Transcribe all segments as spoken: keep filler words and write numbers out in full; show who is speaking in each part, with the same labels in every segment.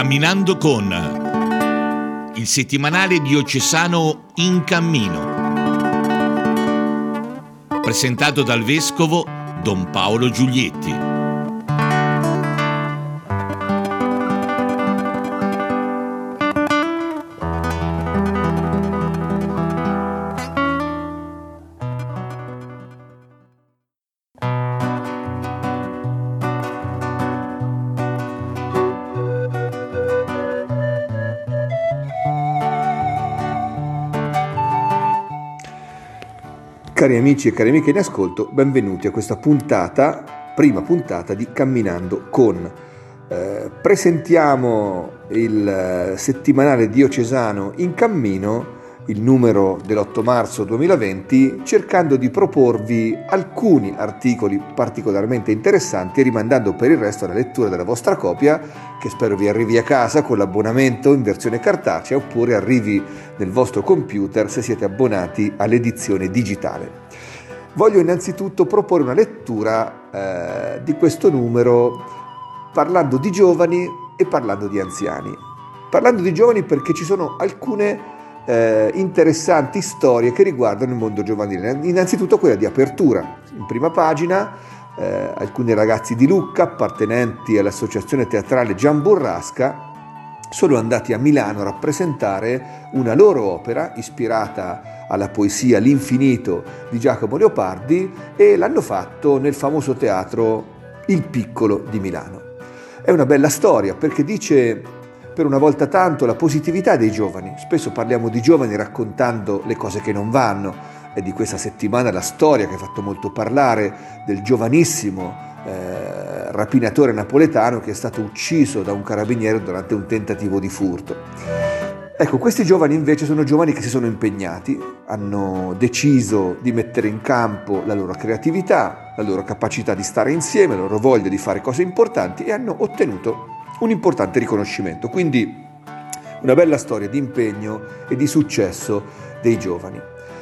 Speaker 1: Camminando con, il settimanale diocesano In Cammino, presentato dal vescovo Don Paolo Giulietti.
Speaker 2: Cari amici e cari amiche in ascolto, benvenuti a questa puntata, prima puntata di Camminando con. Eh, presentiamo il settimanale diocesano In Cammino, il numero dell'otto marzo duemilaventi, cercando di proporvi alcuni articoli particolarmente interessanti e rimandando per il resto alla lettura della vostra copia, che spero vi arrivi a casa con l'abbonamento in versione cartacea oppure arrivi nel vostro computer se siete abbonati all'edizione digitale. Voglio innanzitutto proporre una lettura eh, di questo numero parlando di giovani e parlando di anziani. Parlando di giovani perché ci sono alcune eh, interessanti storie che riguardano il mondo giovanile. Innanzitutto quella di apertura. In prima pagina eh, alcuni ragazzi di Lucca appartenenti all'associazione teatrale Gian Burrasca sono andati a Milano a rappresentare una loro opera ispirata alla poesia L'infinito di Giacomo Leopardi e l'hanno fatto nel famoso teatro Il Piccolo di Milano. È una bella storia perché dice per una volta tanto la positività dei giovani. Spesso parliamo di giovani raccontando le cose che non vanno. È di questa settimana la storia che ha fatto molto parlare del giovanissimo eh, rapinatore napoletano che è stato ucciso da un carabiniere durante un tentativo di furto. Ecco, questi giovani invece sono giovani che si sono impegnati, hanno deciso di mettere in campo la loro creatività, la loro capacità di stare insieme, la loro voglia di fare cose importanti e hanno ottenuto un importante riconoscimento. Quindi una bella storia di impegno e di successo dei giovani.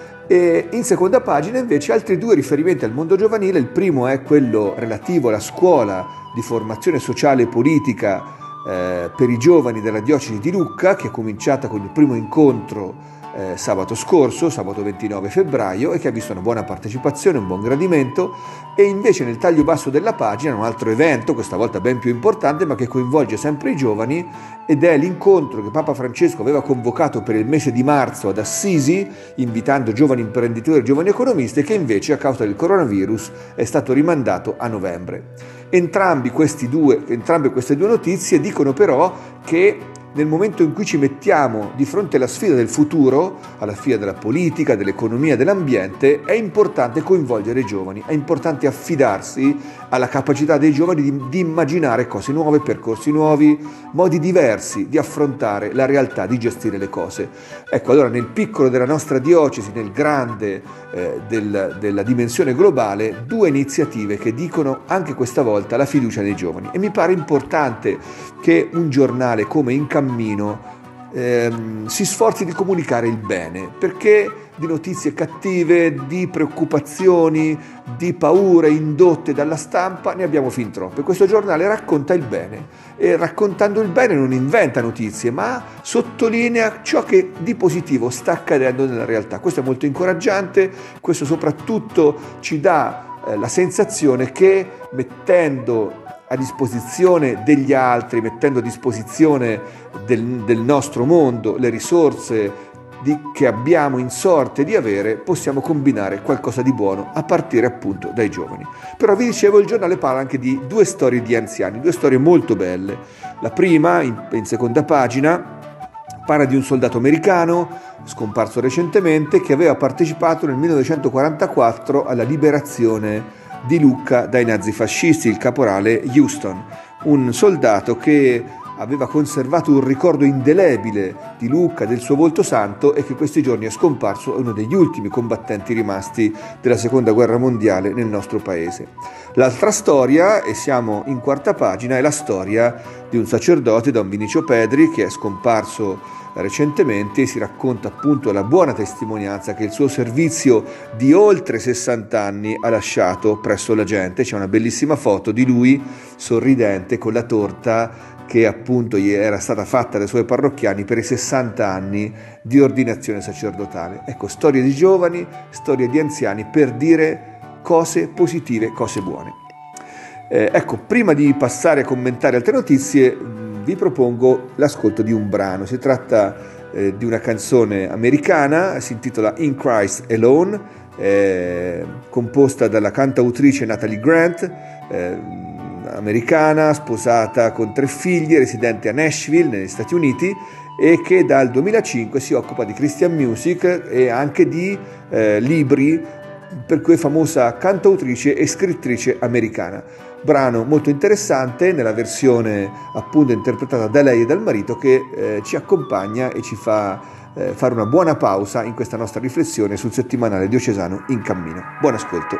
Speaker 2: E in seconda pagina invece altri due riferimenti al mondo giovanile. Il primo è quello relativo alla scuola di formazione sociale e politica eh, per i giovani della diocesi di Lucca, che è cominciata con il primo incontro eh, sabato scorso, sabato ventinove febbraio, e che ha visto una buona partecipazione, un buon gradimento. E invece nel taglio basso della pagina un altro evento, questa volta ben più importante, ma che coinvolge sempre i giovani, ed è l'incontro che Papa Francesco aveva convocato per il mese di marzo ad Assisi, invitando giovani imprenditori e giovani economisti, che invece a causa del coronavirus è stato rimandato a novembre. Entrambi questi due, entrambe queste due notizie dicono però che nel momento in cui ci mettiamo di fronte alla sfida del futuro, alla sfida della politica, dell'economia, dell'ambiente, è importante coinvolgere i giovani, è importante affidarsi alla capacità dei giovani di, di immaginare cose nuove, percorsi nuovi, modi diversi di affrontare la realtà, di gestire le cose. Ecco, allora nel piccolo della nostra diocesi, nel grande eh, del, della dimensione globale, due iniziative che dicono anche questa volta la fiducia nei giovani. E mi pare importante che un giornale come In Cammino ehm, si sforzi di comunicare il bene, perché di notizie cattive, di preoccupazioni, di paure indotte dalla stampa ne abbiamo fin troppe. Questo giornale racconta il bene e raccontando il bene non inventa notizie, ma sottolinea ciò che di positivo sta accadendo nella realtà. Questo è molto incoraggiante, questo soprattutto ci dà eh, la sensazione che mettendo a disposizione degli altri, mettendo a disposizione del, del nostro mondo le risorse di, che abbiamo in sorte di avere, possiamo combinare qualcosa di buono a partire appunto dai giovani. Però vi dicevo, il giornale parla anche di due storie di anziani, due storie molto belle. La prima, in, in seconda pagina, parla di un soldato americano scomparso recentemente che aveva partecipato nel millenovecentoquarantaquattro alla liberazione di Lucca dai nazifascisti, il caporale Houston, un soldato che aveva conservato un ricordo indelebile di Lucca, del suo volto santo, e che questi giorni è scomparso, è uno degli ultimi combattenti rimasti della seconda guerra mondiale nel nostro paese. L'altra storia, e siamo in quarta pagina, è la storia di un sacerdote, Don Vinicio Pedri, che è scomparso recentemente. Si racconta appunto la buona testimonianza che il suo servizio di oltre sessanta anni ha lasciato presso la gente. C'è una bellissima foto di lui sorridente con la torta che appunto gli era stata fatta dai suoi parrocchiani per i sessanta anni di ordinazione sacerdotale. Ecco, storie di giovani, storie di anziani per dire cose positive, cose buone. Eh, ecco, prima di passare a commentare altre notizie, vi propongo l'ascolto di un brano. Si tratta eh, di una canzone americana, si intitola In Christ Alone, eh, composta dalla cantautrice Natalie Grant, eh, americana, sposata con tre figli, residente a Nashville negli Stati Uniti, e che dal duemilacinque si occupa di Christian music e anche di eh, libri, per cui è famosa cantautrice e scrittrice americana. Brano molto interessante nella versione appunto interpretata da lei e dal marito, che eh, ci accompagna e ci fa eh, fare una buona pausa in questa nostra riflessione sul settimanale diocesano In Cammino. Buon ascolto.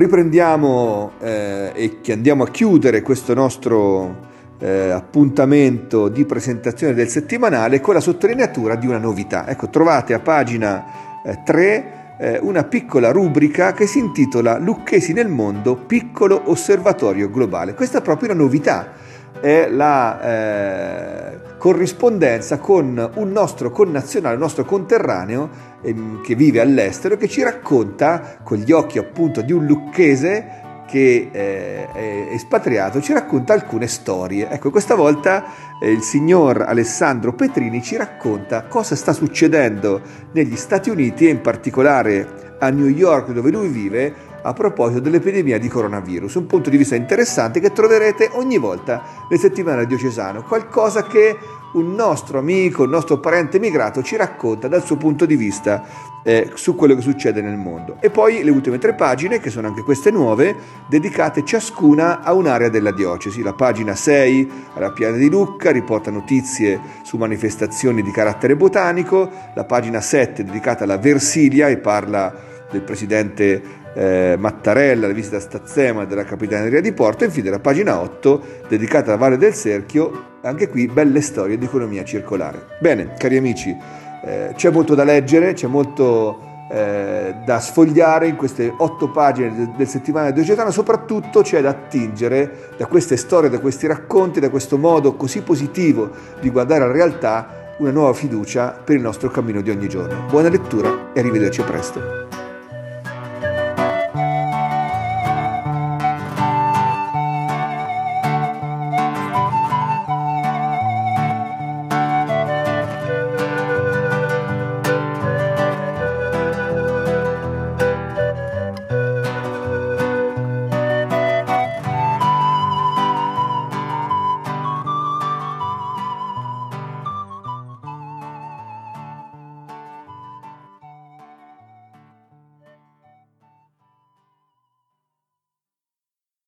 Speaker 2: riprendiamo eh, e che andiamo a chiudere questo nostro eh, appuntamento di presentazione del settimanale con la sottolineatura di una novità. Ecco, trovate a pagina eh, tre eh, una piccola rubrica che si intitola Lucchesi nel mondo, piccolo osservatorio globale. Questa è proprio una novità, è la eh, corrispondenza con un nostro connazionale, un nostro conterraneo ehm, che vive all'estero, che ci racconta, con gli occhi appunto di un lucchese che eh, è espatriato, ci racconta alcune storie. Ecco, questa volta eh, il signor Alessandro Petrini ci racconta cosa sta succedendo negli Stati Uniti e in particolare a New York, dove lui vive, a proposito dell'epidemia di coronavirus. Un punto di vista interessante che troverete ogni volta nel settimanale diocesano, qualcosa che un nostro amico, un nostro parente emigrato ci racconta dal suo punto di vista eh, su quello che succede nel mondo. E poi le ultime tre pagine, che sono anche queste nuove, dedicate ciascuna a un'area della diocesi. La pagina sei alla Piana di Lucca riporta notizie su manifestazioni di carattere botanico, la pagina sette dedicata alla Versilia e parla del presidente Eh, Mattarella, la visita a Stazzema della Capitaneria di Porto, e infine la pagina otto dedicata alla Valle del Serchio, anche qui belle storie di economia circolare. Bene, cari amici, eh, c'è molto da leggere, c'è molto eh, da sfogliare in queste otto pagine del, del settimanale diocesano, soprattutto c'è da attingere da queste storie, da questi racconti, da questo modo così positivo di guardare la realtà, una nuova fiducia per il nostro cammino di ogni giorno. Buona lettura e arrivederci a presto.